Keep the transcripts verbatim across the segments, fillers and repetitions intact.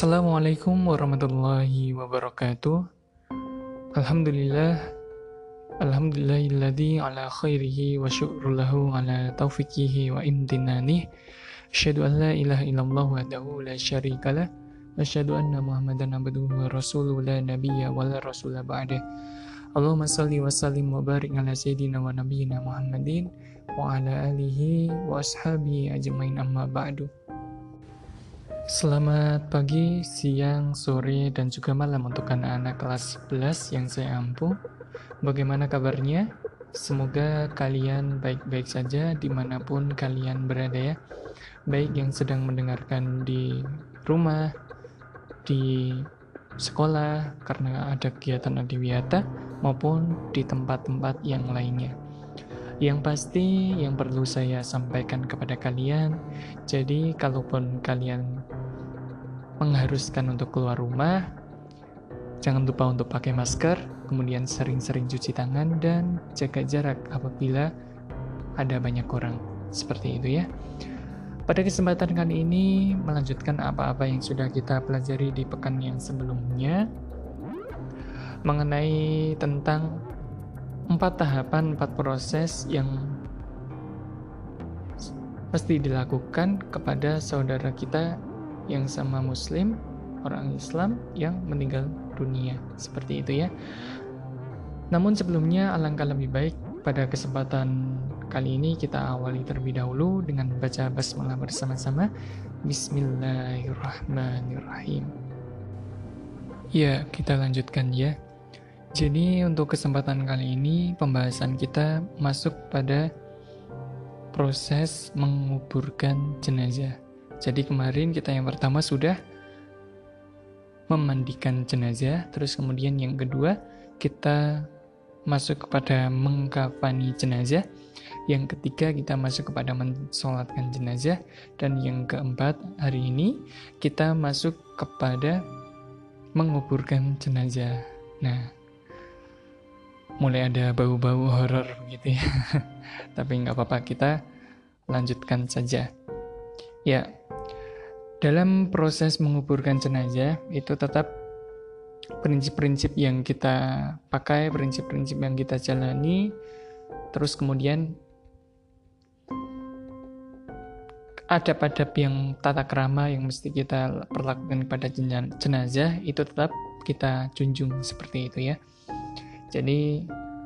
Assalamualaikum warahmatullahi wabarakatuh. Alhamdulillah, alhamdulillahilladzi ala khairihi wa syukrulahu ala taufiqihi wa imtinani. Asyhadu an la ilaha illallah wahdahu la syarikalah wa asyhadu anna Muhammadan abduhu wa rasuluhu la nabiyya wa la rasula ba'dah. Allahumma shalli wa sallim wa barik ala sayyidina wa nabiyyina Muhammadin wa ala alihi wa ashabihi ajmain, amma ba'du. Selamat pagi, siang, sore, dan juga malam untuk anak-anak kelas sebelas yang saya ampu. Bagaimana kabarnya? Semoga kalian baik-baik saja dimanapun kalian berada ya. Baik yang sedang mendengarkan di rumah, di sekolah karena ada kegiatan adiwiyata, maupun di tempat-tempat yang lainnya. Yang pasti yang perlu saya sampaikan kepada kalian, jadi kalaupun kalian mengharuskan untuk keluar rumah, jangan lupa untuk pakai masker, kemudian sering-sering cuci tangan dan jaga jarak apabila ada banyak orang. Seperti itu ya. Pada kesempatan kali ini melanjutkan apa-apa yang sudah kita pelajari di pekan yang sebelumnya mengenai tentang empat tahapan, empat proses yang mesti dilakukan kepada saudara kita yang sama muslim, orang Islam yang meninggal dunia. Seperti itu ya. Namun sebelumnya alangkah lebih baik pada kesempatan kali ini kita awali terlebih dahulu dengan baca basmalah bersama-sama. Bismillahirrahmanirrahim. Ya, kita lanjutkan ya. Jadi untuk kesempatan kali ini pembahasan kita masuk pada proses menguburkan jenazah. Jadi kemarin kita yang pertama sudah memandikan jenazah, terus kemudian yang kedua kita masuk kepada mengkafani jenazah, yang ketiga kita masuk kepada mensolatkan jenazah, dan yang keempat hari ini kita masuk kepada menguburkan jenazah. Nah, mulai ada bau-bau horor begitu ya. Tapi nggak apa-apa, kita lanjutkan saja. Ya, dalam proses menguburkan jenazah itu tetap prinsip-prinsip yang kita pakai, prinsip-prinsip yang kita jalani, terus kemudian adab-adab yang tata krama yang mesti kita perlakukan pada jenazah itu tetap kita junjung seperti itu ya. Jadi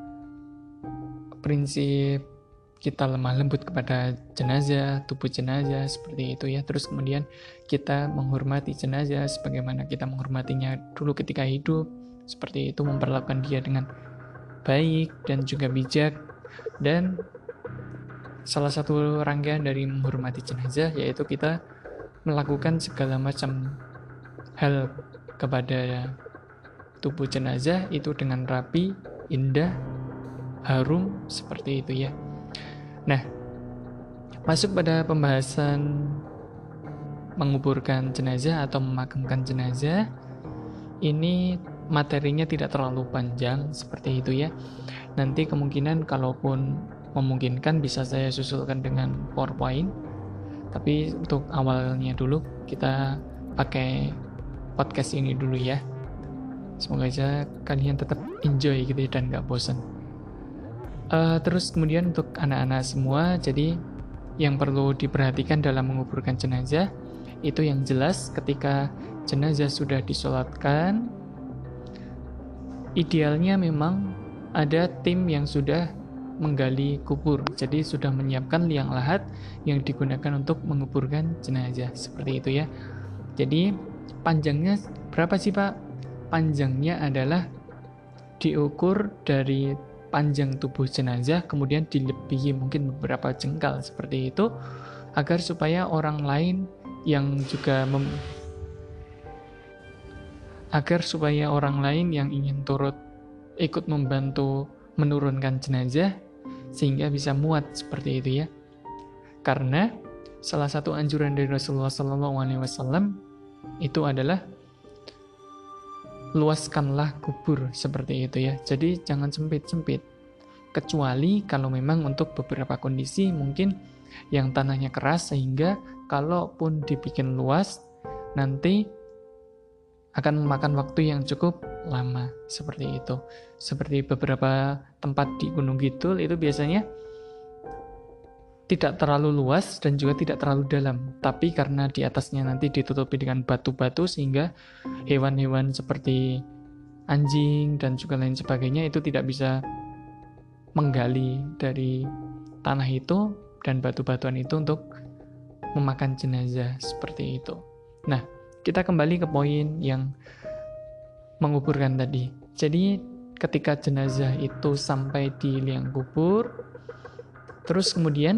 prinsip kita lemah lembut kepada jenazah, tubuh jenazah seperti itu ya. Terus kemudian kita menghormati jenazah sebagaimana kita menghormatinya dulu ketika hidup. Seperti itu, memperlakukan dia dengan baik dan juga bijak. Dan salah satu rangkaian dari menghormati jenazah yaitu kita melakukan segala macam hal kepada tubuh jenazah itu dengan rapi, indah, harum, seperti itu ya. Nah, masuk pada pembahasan menguburkan jenazah atau memakamkan jenazah, ini materinya tidak terlalu panjang, seperti itu ya. Nanti kemungkinan kalaupun memungkinkan bisa saya susulkan dengan PowerPoint, tapi untuk awalnya dulu kita pakai podcast ini dulu ya. Semoga aja kalian tetap enjoy gitu ya, dan gak bosan. Uh, terus kemudian untuk anak-anak semua, jadi yang perlu diperhatikan dalam menguburkan jenazah itu yang jelas ketika jenazah sudah disolatkan, idealnya memang ada tim yang sudah menggali kubur, jadi sudah menyiapkan liang lahat yang digunakan untuk menguburkan jenazah, seperti itu ya. Jadi panjangnya berapa sih Pak? Panjangnya adalah diukur dari panjang tubuh jenazah, kemudian dilebihi mungkin beberapa jengkal seperti itu, agar supaya orang lain yang juga mem agar supaya orang lain yang ingin turut ikut membantu menurunkan jenazah sehingga bisa muat seperti itu ya. Karena salah satu anjuran dari Rasulullah shallallahu alaihi wasallam itu adalah luaskanlah kubur, seperti itu ya. Jadi jangan sempit-sempit. Kecuali kalau memang untuk beberapa kondisi mungkin yang tanahnya keras sehingga kalaupun dibikin luas nanti akan memakan waktu yang cukup lama seperti itu. Seperti beberapa tempat di Gunung Kidul itu biasanya tidak terlalu luas dan juga tidak terlalu dalam, tapi karena di atasnya nanti ditutupi dengan batu-batu sehingga hewan-hewan seperti anjing dan juga lain sebagainya itu tidak bisa menggali dari tanah itu dan batu-batuan itu untuk memakan jenazah seperti itu. Nah, kita kembali ke poin yang menguburkan tadi. Jadi ketika jenazah itu sampai di liang kubur, terus kemudian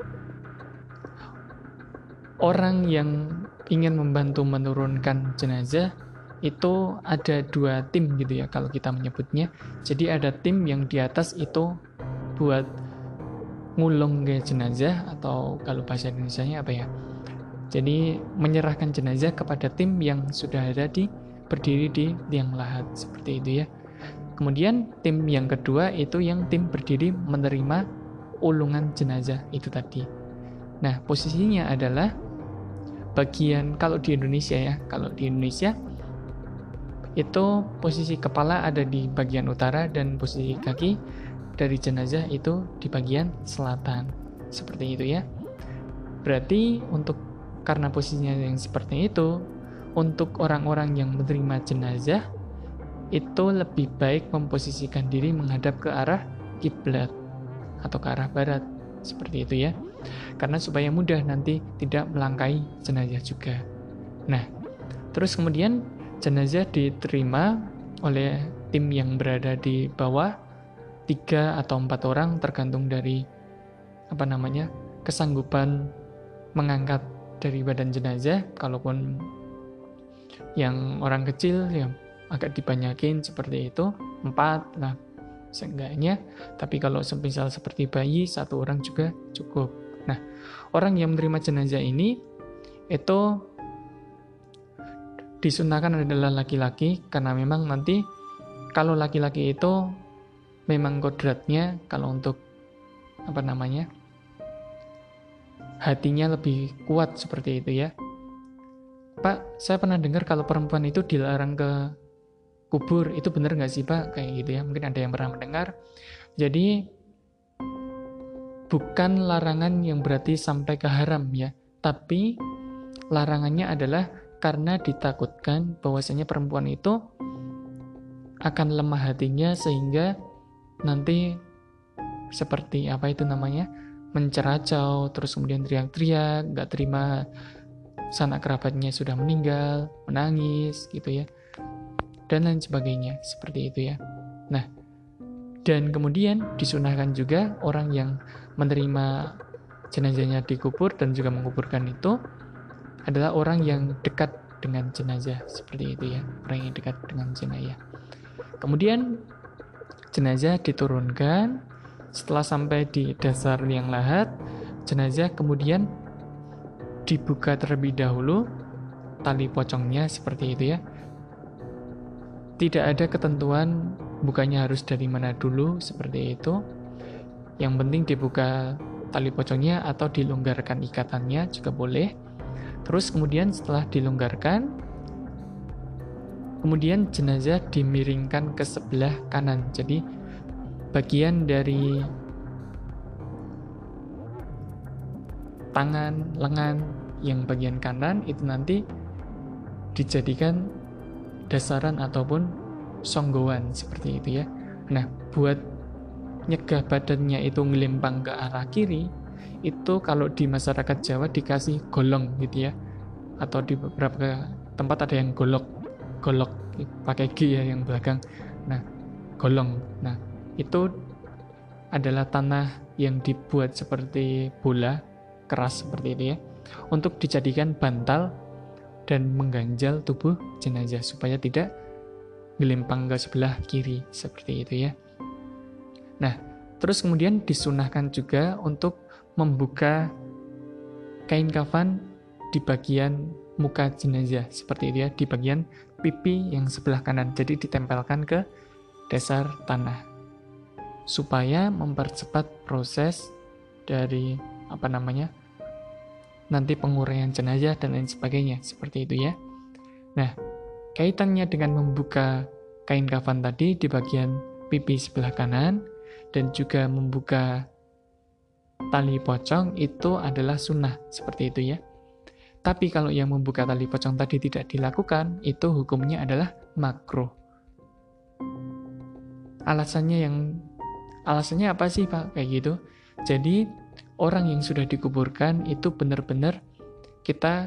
orang yang ingin membantu menurunkan jenazah itu ada dua tim gitu ya kalau kita menyebutnya. Jadi ada tim yang di atas itu buat ngulung ke jenazah, atau kalau bahasa Indonesianya apa ya? Jadi menyerahkan jenazah kepada tim yang sudah ada di berdiri di liang lahat seperti itu ya. Kemudian tim yang kedua itu yang tim berdiri menerima ulungan jenazah itu tadi. Nah, posisinya adalah bagian kalau di Indonesia ya, kalau di Indonesia itu posisi kepala ada di bagian utara dan posisi kaki dari jenazah itu di bagian selatan. Seperti itu ya. Berarti untuk karena posisinya yang seperti itu, untuk orang-orang yang menerima jenazah itu lebih baik memposisikan diri menghadap ke arah kiblat atau ke arah barat. Seperti itu ya. Karena supaya mudah nanti tidak melangkai jenazah juga. Nah, terus kemudian jenazah diterima oleh tim yang berada di bawah, tiga atau empat orang tergantung dari apa namanya kesanggupan mengangkat dari badan jenazah. Kalaupun yang orang kecil ya agak dibanyakin seperti itu, empat lah seenggaknya. Tapi kalau semisal seperti bayi, satu orang juga cukup. Nah, orang yang menerima jenazah ini itu disunahkan adalah laki-laki, karena memang nanti kalau laki-laki itu memang kodratnya kalau untuk apa namanya hatinya lebih kuat seperti itu ya. Pak, saya pernah dengar kalau perempuan itu dilarang ke kubur, itu benar nggak sih Pak? Kayak gitu ya, mungkin ada yang pernah mendengar. Jadi bukan larangan yang berarti sampai ke haram ya, tapi larangannya adalah karena ditakutkan bahwasanya perempuan itu akan lemah hatinya sehingga nanti seperti apa itu namanya menceracau, terus kemudian teriak-teriak, nggak terima sanak kerabatnya sudah meninggal, menangis gitu ya, dan lain sebagainya seperti itu ya. Nah, dan kemudian disunahkan juga orang yang menerima jenazahnya dikubur dan juga menguburkan itu adalah orang yang dekat dengan jenazah seperti itu ya, orang yang dekat dengan jenazah. Kemudian jenazah diturunkan. Setelah sampai di dasar liang lahat, jenazah kemudian dibuka terlebih dahulu tali pocongnya seperti itu ya. Tidak ada ketentuan bukanya harus dari mana dulu seperti itu. Yang penting dibuka tali pocongnya atau dilonggarkan ikatannya juga boleh. Terus kemudian setelah dilonggarkan, kemudian jenazah dimiringkan ke sebelah kanan. Jadi bagian dari tangan, lengan yang bagian kanan itu nanti dijadikan dasaran ataupun songgowan seperti itu ya. Nah, buat nyegah badannya itu ngelimpang ke arah kiri, itu kalau di masyarakat Jawa dikasih golong gitu ya. Atau di beberapa tempat ada yang golok, golok pakai G ya yang belakang. Nah, golong. Nah, itu adalah tanah yang dibuat seperti bola, keras seperti itu ya, untuk dijadikan bantal dan mengganjal tubuh jenazah supaya tidak gelimpang ke sebelah kiri seperti itu ya. Nah, terus kemudian disunahkan juga untuk membuka kain kafan di bagian muka jenazah seperti itu ya, di bagian pipi yang sebelah kanan. Jadi ditempelkan ke dasar tanah supaya mempercepat proses dari apa namanya nanti penguraian jenazah dan lain sebagainya seperti itu ya. Nah, kaitannya dengan membuka kain kafan tadi di bagian pipi sebelah kanan dan juga membuka tali pocong itu adalah sunnah, seperti itu ya. Tapi kalau yang membuka tali pocong tadi tidak dilakukan, itu hukumnya adalah makruh. Alasannya yang alasannya apa sih Pak kayak gitu? Jadi orang yang sudah dikuburkan itu benar-benar kita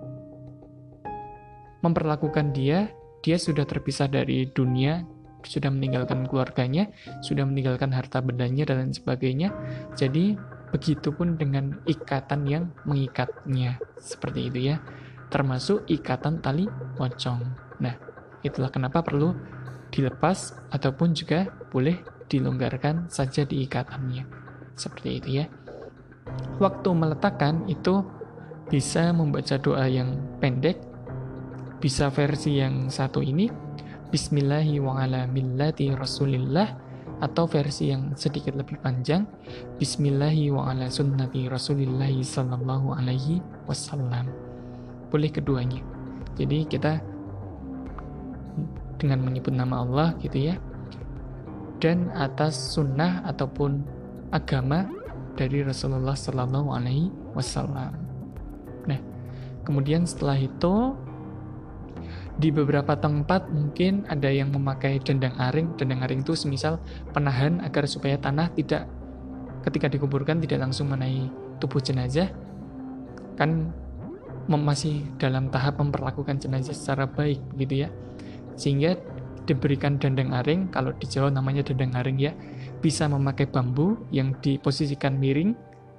memperlakukan dia, dia sudah terpisah dari dunia, sudah meninggalkan keluarganya, sudah meninggalkan harta bendanya dan lain sebagainya. Jadi begitupun dengan ikatan yang mengikatnya, seperti itu ya. Termasuk ikatan tali pocong. Nah, itulah kenapa perlu dilepas ataupun juga boleh dilonggarkan saja di ikatannya. Seperti itu ya. Waktu meletakkan itu bisa membaca doa yang pendek, bisa versi yang satu ini, Bismillahi wa ala millati Rasulillah, atau versi yang sedikit lebih panjang, Bismillahi wa ala sunnati Rasulillahi sallallahu alaihi wasallam. Boleh keduanya. Jadi kita dengan menyebut nama Allah gitu ya, dan atas sunnah ataupun agama dari Rasulullah sallallahu alaihi wasallam. Nah, kemudian setelah itu di beberapa tempat mungkin ada yang memakai dendang aring. Dendang aring itu semisal penahan agar supaya tanah tidak ketika dikuburkan tidak langsung mengenai tubuh jenazah. Kan masih dalam tahap memperlakukan jenazah secara baik gitu ya. Sehingga diberikan dendang aring, kalau di Jawa namanya dendang aring ya, bisa memakai bambu yang diposisikan miring.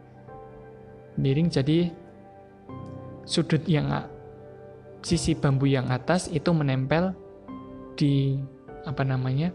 Miring jadi sudut yang sisi bambu yang atas itu menempel di apa namanya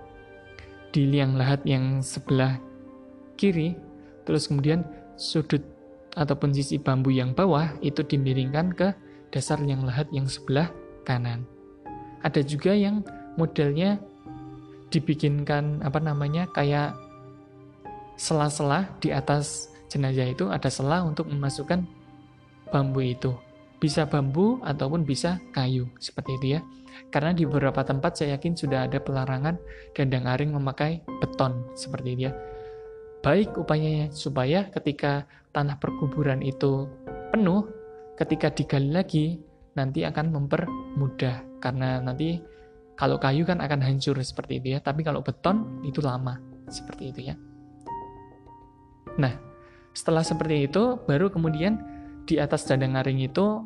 di liang lahat yang sebelah kiri, terus kemudian sudut ataupun sisi bambu yang bawah itu dimiringkan ke dasar liang lahat yang sebelah kanan. Ada juga yang modelnya dibikinkan apa namanya kayak sela-sela di atas jenazah itu, ada sela untuk memasukkan bambu itu. Bisa bambu ataupun bisa kayu, seperti itu ya. Karena di beberapa tempat saya yakin sudah ada pelarangan dendang aring memakai beton, seperti itu ya. Baik upayanya supaya ketika tanah perkuburan itu penuh, ketika digali lagi nanti akan mempermudah. Karena nanti kalau kayu kan akan hancur seperti itu ya, tapi kalau beton itu lama, seperti itu ya. Nah, setelah seperti itu baru kemudian di atas dendang aring itu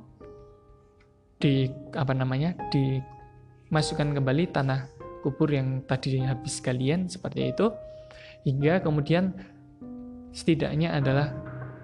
di apa namanya dimasukkan kembali tanah kubur yang tadi habis galian seperti itu, hingga kemudian setidaknya adalah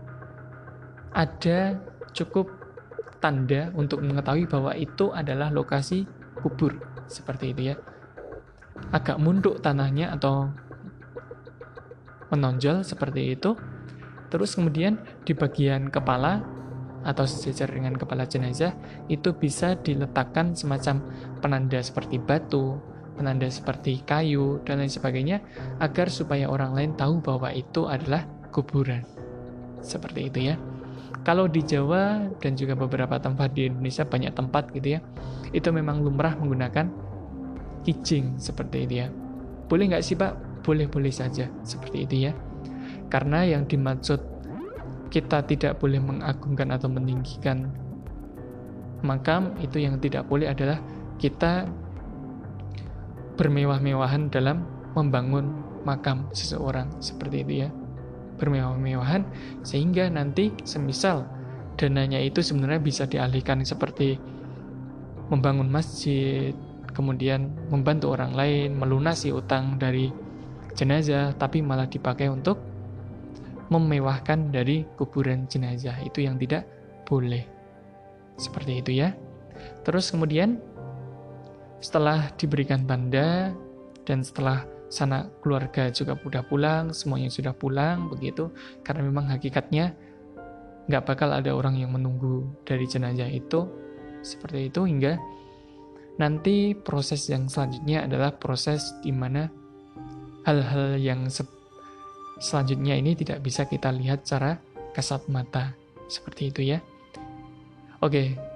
ada cukup tanda untuk mengetahui bahwa itu adalah lokasi kubur, seperti itu ya. Agak munduk tanahnya atau menonjol seperti itu. Terus kemudian di bagian kepala atau sejajar dengan kepala jenazah itu bisa diletakkan semacam penanda seperti batu, penanda seperti kayu dan lain sebagainya, agar supaya orang lain tahu bahwa itu adalah kuburan. Seperti itu ya. Kalau di Jawa dan juga beberapa tempat di Indonesia, banyak tempat gitu ya, itu memang lumrah menggunakan kijing seperti itu ya. Boleh nggak sih Pak? Boleh-boleh saja seperti itu ya. Karena yang dimaksud kita tidak boleh mengagungkan atau meninggikan makam, itu yang tidak boleh adalah kita bermewah-mewahan dalam membangun makam seseorang, seperti itu ya. Bermewah-mewahan sehingga nanti semisal dananya itu sebenarnya bisa dialihkan seperti membangun masjid, kemudian membantu orang lain, melunasi utang dari jenazah, tapi malah dipakai untuk memewahkan dari kuburan jenazah. Itu yang tidak boleh. Seperti itu ya. Terus kemudian setelah diberikan tanda dan setelah sana keluarga juga sudah pulang, semuanya sudah pulang begitu, karena memang hakikatnya nggak bakal ada orang yang menunggu dari jenazah itu, seperti itu, hingga nanti proses yang selanjutnya adalah proses di mana hal-hal yang se- selanjutnya ini tidak bisa kita lihat secara kasat mata, seperti itu ya. Oke,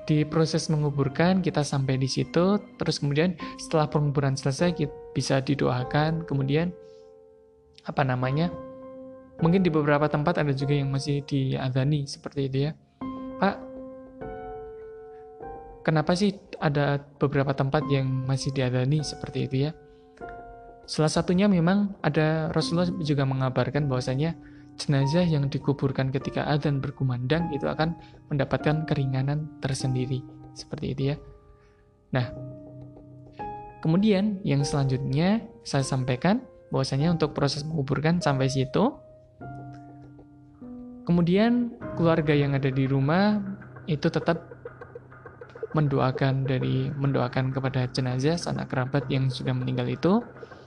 di proses menguburkan kita sampai di situ, terus kemudian setelah penguburan selesai kita bisa didoakan, kemudian apa namanya, mungkin di beberapa tempat ada juga yang masih diadzani seperti itu ya. Pak, kenapa sih ada beberapa tempat yang masih diadzani seperti itu ya? Salah satunya memang ada, Rasulullah juga mengabarkan bahwasanya jenazah yang dikuburkan ketika adzan berkumandang itu akan mendapatkan keringanan tersendiri. Seperti itu ya. Nah, kemudian yang selanjutnya saya sampaikan bahwasanya untuk proses menguburkan sampai situ. Kemudian keluarga yang ada di rumah itu tetap mendoakan dari mendoakan kepada jenazah sanak kerabat yang sudah meninggal itu.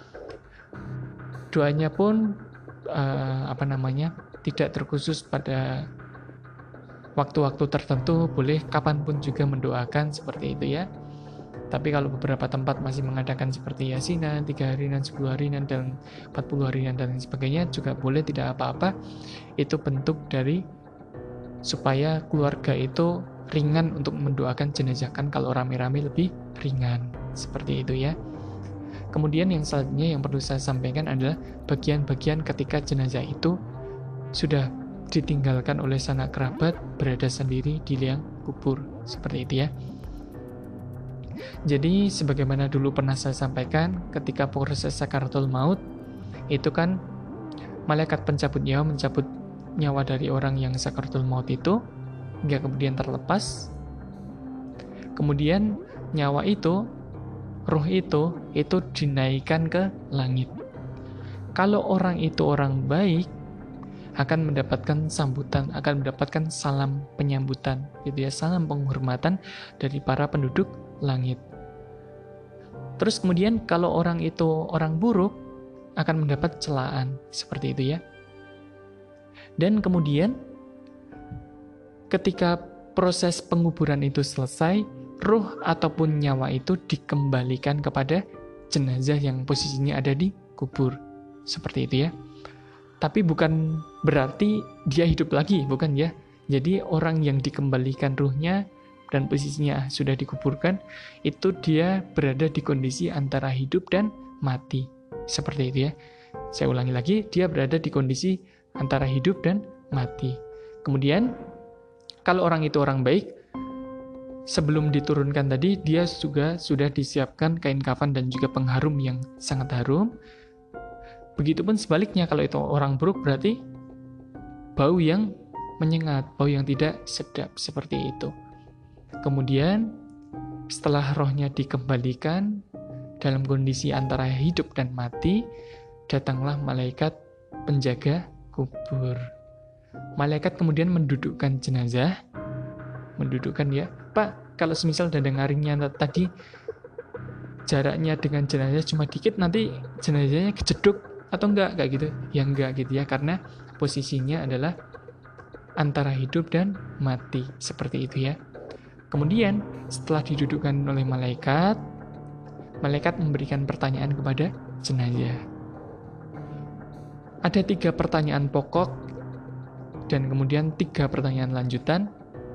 Doanya pun Uh, apa namanya tidak terkhusus pada waktu-waktu tertentu, boleh kapanpun juga mendoakan seperti itu ya. Tapi kalau beberapa tempat masih mengadakan seperti yasinan, tiga harinan, sepuluh harinan, dan empat puluh harinan dan lain sebagainya juga boleh, tidak apa-apa. Itu bentuk dari supaya keluarga itu ringan untuk mendoakan jenazah, kan kalau rame-rame lebih ringan seperti itu ya. Kemudian yang selanjutnya yang perlu saya sampaikan adalah bagian-bagian ketika jenazah itu sudah ditinggalkan oleh sanak kerabat, berada sendiri di liang kubur. Seperti itu ya. Jadi sebagaimana dulu pernah saya sampaikan, ketika proses sakaratul maut, itu kan malaikat pencabut nyawa mencabut nyawa dari orang yang sakaratul maut itu, hingga kemudian terlepas. Kemudian nyawa itu, ruh itu, itu dinaikkan ke langit. Kalau orang itu orang baik, akan mendapatkan sambutan, akan mendapatkan salam penyambutan, gitu ya, salam penghormatan dari para penduduk langit. Terus kemudian kalau orang itu orang buruk, akan mendapat celaan, seperti itu ya. Dan kemudian ketika proses penguburan itu selesai, ruh ataupun nyawa itu dikembalikan kepada jenazah yang posisinya ada di kubur. Seperti itu ya. Tapi bukan berarti dia hidup lagi, bukan ya. Jadi orang yang dikembalikan ruhnya dan posisinya sudah dikuburkan, itu dia berada di kondisi antara hidup dan mati. Seperti itu ya. Saya ulangi lagi, dia berada di kondisi antara hidup dan mati. Kemudian, kalau orang itu orang baik, sebelum diturunkan tadi, dia juga sudah disiapkan kain kafan dan juga pengharum yang sangat harum. Begitupun sebaliknya, kalau itu orang buruk berarti bau yang menyengat, bau yang tidak sedap, seperti itu. Kemudian, setelah rohnya dikembalikan dalam kondisi antara hidup dan mati, datanglah malaikat penjaga kubur. Malaikat kemudian mendudukkan jenazah, mendudukkan ya, Pak, kalau semisal dada ngaringnya tadi jaraknya dengan jenazah cuma dikit, nanti jenazahnya kejeduk atau enggak, kayak gitu. Ya enggak gitu ya, karena posisinya adalah antara hidup dan mati, seperti itu ya. Kemudian setelah didudukkan oleh malaikat, malaikat memberikan pertanyaan kepada jenazah. Ada tiga pertanyaan pokok dan kemudian tiga pertanyaan lanjutan.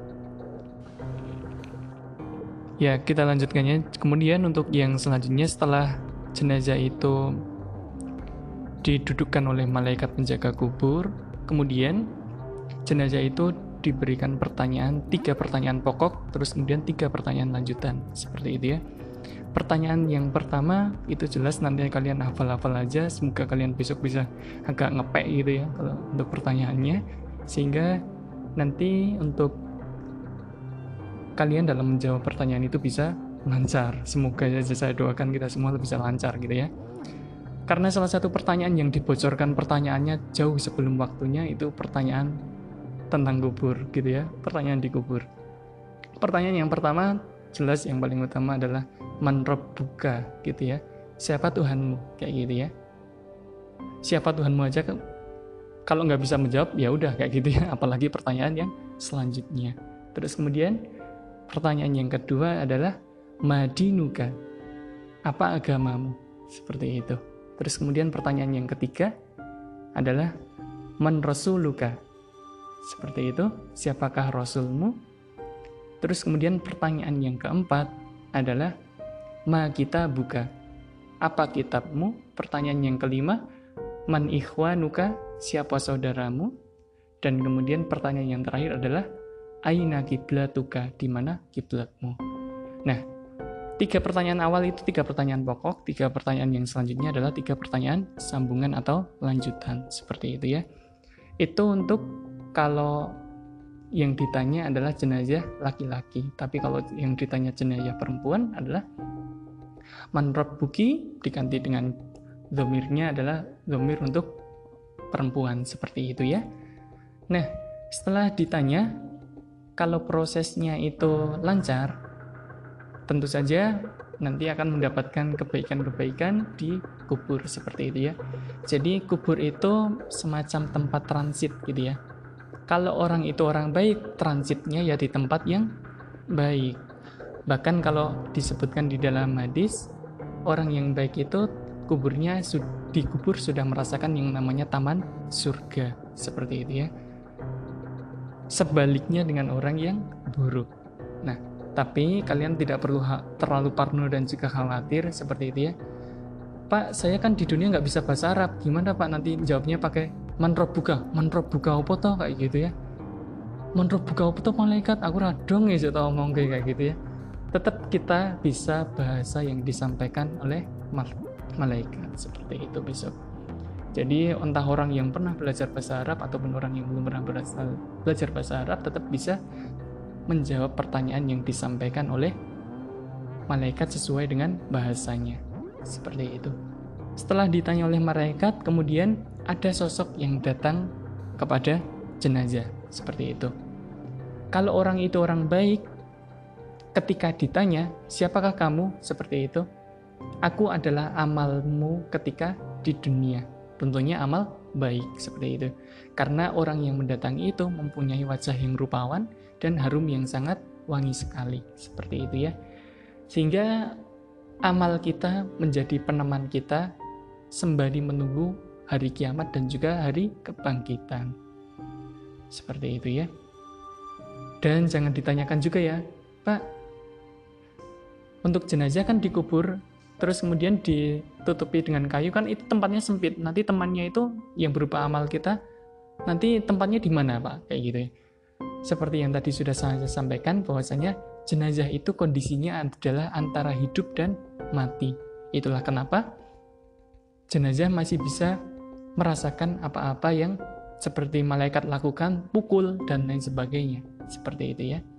Ya, kita lanjutkannya. Kemudian untuk yang selanjutnya, setelah jenazah itu didudukkan oleh malaikat penjaga kubur, kemudian jenazah itu diberikan pertanyaan, tiga pertanyaan pokok, terus kemudian tiga pertanyaan lanjutan, seperti itu ya. Pertanyaan yang pertama itu jelas nanti kalian hafal-hafal aja, semoga kalian besok bisa agak ngepek gitu ya kalau untuk pertanyaannya, sehingga nanti untuk kalian dalam menjawab pertanyaan itu bisa lancar. Semoga saja saya doakan kita semua bisa lancar gitu ya. Karena salah satu pertanyaan yang dibocorkan pertanyaannya jauh sebelum waktunya itu pertanyaan tentang kubur gitu ya, pertanyaan di kubur. Pertanyaan yang pertama jelas yang paling utama adalah man rabbuka gitu ya. Siapa Tuhanmu, kayak gitu ya. Siapa Tuhanmu aja kalau nggak bisa menjawab ya udah kayak gitu ya, apalagi pertanyaan yang selanjutnya. Terus kemudian pertanyaan yang kedua adalah madinuka, apa agamamu, seperti itu. Terus kemudian pertanyaan yang ketiga adalah man rasuluka, seperti itu, siapakah rasulmu. Terus kemudian pertanyaan yang keempat adalah ma kita buka, apa kitabmu? Pertanyaan yang kelima, man ikhwanuka, siapa saudaramu? Dan kemudian pertanyaan yang terakhir adalah aina kiblatuka, di mana kiblatmu? Nah, tiga pertanyaan awal itu tiga pertanyaan pokok, tiga pertanyaan yang selanjutnya adalah tiga pertanyaan sambungan atau lanjutan, seperti itu ya. Itu untuk kalau yang ditanya adalah jenazah laki-laki, tapi kalau yang ditanya jenazah perempuan adalah man rabbuki, diganti dengan dhamirnya adalah dhamir untuk perempuan, seperti itu ya. Nah, setelah ditanya, kalau prosesnya itu lancar, tentu saja nanti akan mendapatkan kebaikan-kebaikan di kubur, seperti itu ya. Jadi kubur itu semacam tempat transit gitu ya. Kalau orang itu orang baik, transitnya ya di tempat yang baik. Bahkan kalau disebutkan di dalam hadis, orang yang baik itu kuburnya dikubur sudah merasakan yang namanya taman surga, seperti itu ya. Sebaliknya dengan orang yang buruk. Nah, tapi kalian tidak perlu terlalu parno dan juga khawatir seperti itu ya. Pak, saya kan di dunia nggak bisa bahasa Arab. Gimana Pak nanti jawabnya pakai man rabbuka, man rabbuka apa toh, kayak gitu ya. Man rabbuka apa toh malaikat, aku radong ya tau ngomong kayak gitu ya. Tetap kita bisa bahasa yang disampaikan oleh malaikat, seperti itu besok. Jadi entah orang yang pernah belajar bahasa Arab ataupun orang yang belum pernah belajar bahasa Arab tetap bisa menjawab pertanyaan yang disampaikan oleh malaikat sesuai dengan bahasanya, seperti itu. Setelah ditanya oleh malaikat, kemudian ada sosok yang datang kepada jenazah, seperti itu. Kalau orang itu orang baik, ketika ditanya, siapakah kamu? Seperti itu. Aku adalah amalmu ketika di dunia. Tentunya amal baik, seperti itu. Karena orang yang mendatangi itu mempunyai wajah yang rupawan dan harum yang sangat wangi sekali, seperti itu ya. Sehingga amal kita menjadi peneman kita sembari menunggu hari kiamat dan juga hari kebangkitan, seperti itu ya. Dan jangan ditanyakan juga ya, Pak, untuk jenazah kan dikubur terus kemudian ditutupi dengan kayu, kan itu tempatnya sempit, nanti temannya itu yang berupa amal kita nanti tempatnya di mana Pak, kayak gitu ya. Seperti yang tadi sudah saya sampaikan bahwasanya jenazah itu kondisinya adalah antara hidup dan mati. Itulah kenapa jenazah masih bisa merasakan apa-apa yang seperti malaikat lakukan, pukul dan lain sebagainya, seperti itu ya.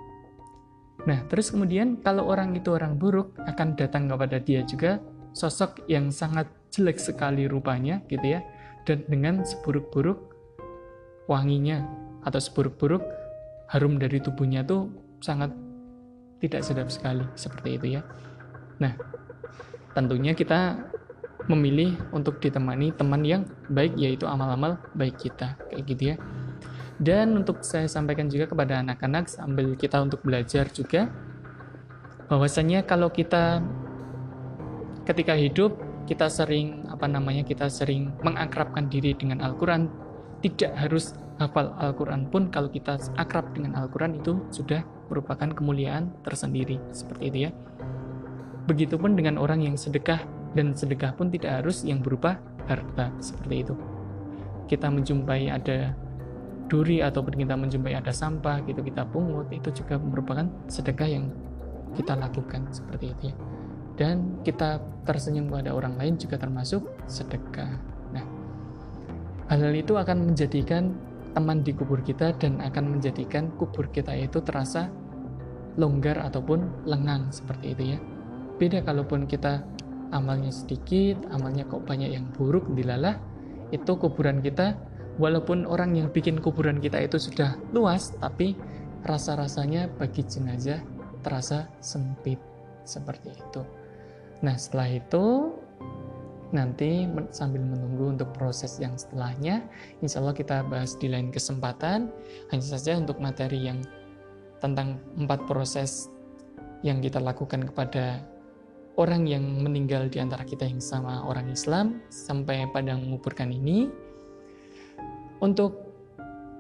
Nah, terus kemudian kalau orang itu orang buruk, akan datang kepada dia juga sosok yang sangat jelek sekali rupanya gitu ya, dan dengan seburuk-buruk wanginya atau seburuk-buruk harum dari tubuhnya tuh sangat tidak sedap sekali, seperti itu ya. Nah, tentunya kita memilih untuk ditemani teman yang baik, yaitu amal-amal baik kita, kayak gitu ya. Dan untuk saya sampaikan juga kepada anak-anak sambil kita untuk belajar juga, bahwasanya kalau kita ketika hidup kita sering apa namanya kita sering mengakrabkan diri dengan Al-Quran, tidak harus hafal Al-Quran pun kalau kita akrab dengan Al-Quran itu sudah merupakan kemuliaan tersendiri, seperti itu ya. Begitupun dengan orang yang sedekah, dan sedekah pun tidak harus yang berupa harta, seperti itu. Kita menjumpai ada duri ataupun kita menjumpai ada sampah gitu, kita pungut, itu juga merupakan sedekah yang kita lakukan, seperti itu ya. Dan kita tersenyum kepada orang lain juga termasuk sedekah. Nah, hal-hal itu akan menjadikan teman di kubur kita dan akan menjadikan kubur kita itu terasa longgar ataupun lengang, seperti itu ya. Beda kalaupun kita amalnya sedikit, amalnya kok banyak yang buruk, dilalah, itu kuburan kita, walaupun orang yang bikin kuburan kita itu sudah luas, tapi rasa-rasanya bagi jenazah terasa sempit, seperti itu. Nah, setelah itu nanti sambil menunggu untuk proses yang setelahnya, insya Allah kita bahas di lain kesempatan. Hanya saja untuk materi yang tentang empat proses yang kita lakukan kepada orang yang meninggal di antara kita yang sama orang Islam sampai pada menguburkan ini. Untuk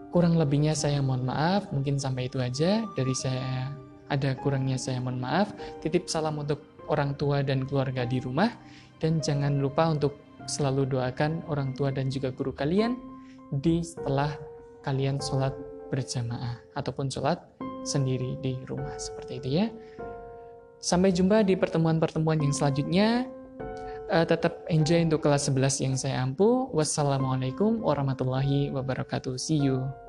Kurang lebihnya saya mohon maaf, mungkin sampai itu aja dari saya. Ada kurangnya saya mohon maaf. Titip salam untuk orang tua dan keluarga di rumah, dan jangan lupa untuk selalu doakan orang tua dan juga guru kalian di setelah kalian sholat berjamaah ataupun sholat sendiri di rumah, seperti itu ya. Sampai jumpa di pertemuan-pertemuan yang selanjutnya. Uh, tetap enjoy untuk kelas sebelas yang saya ampu. Wassalamualaikum warahmatullahi wabarakatuh. See you.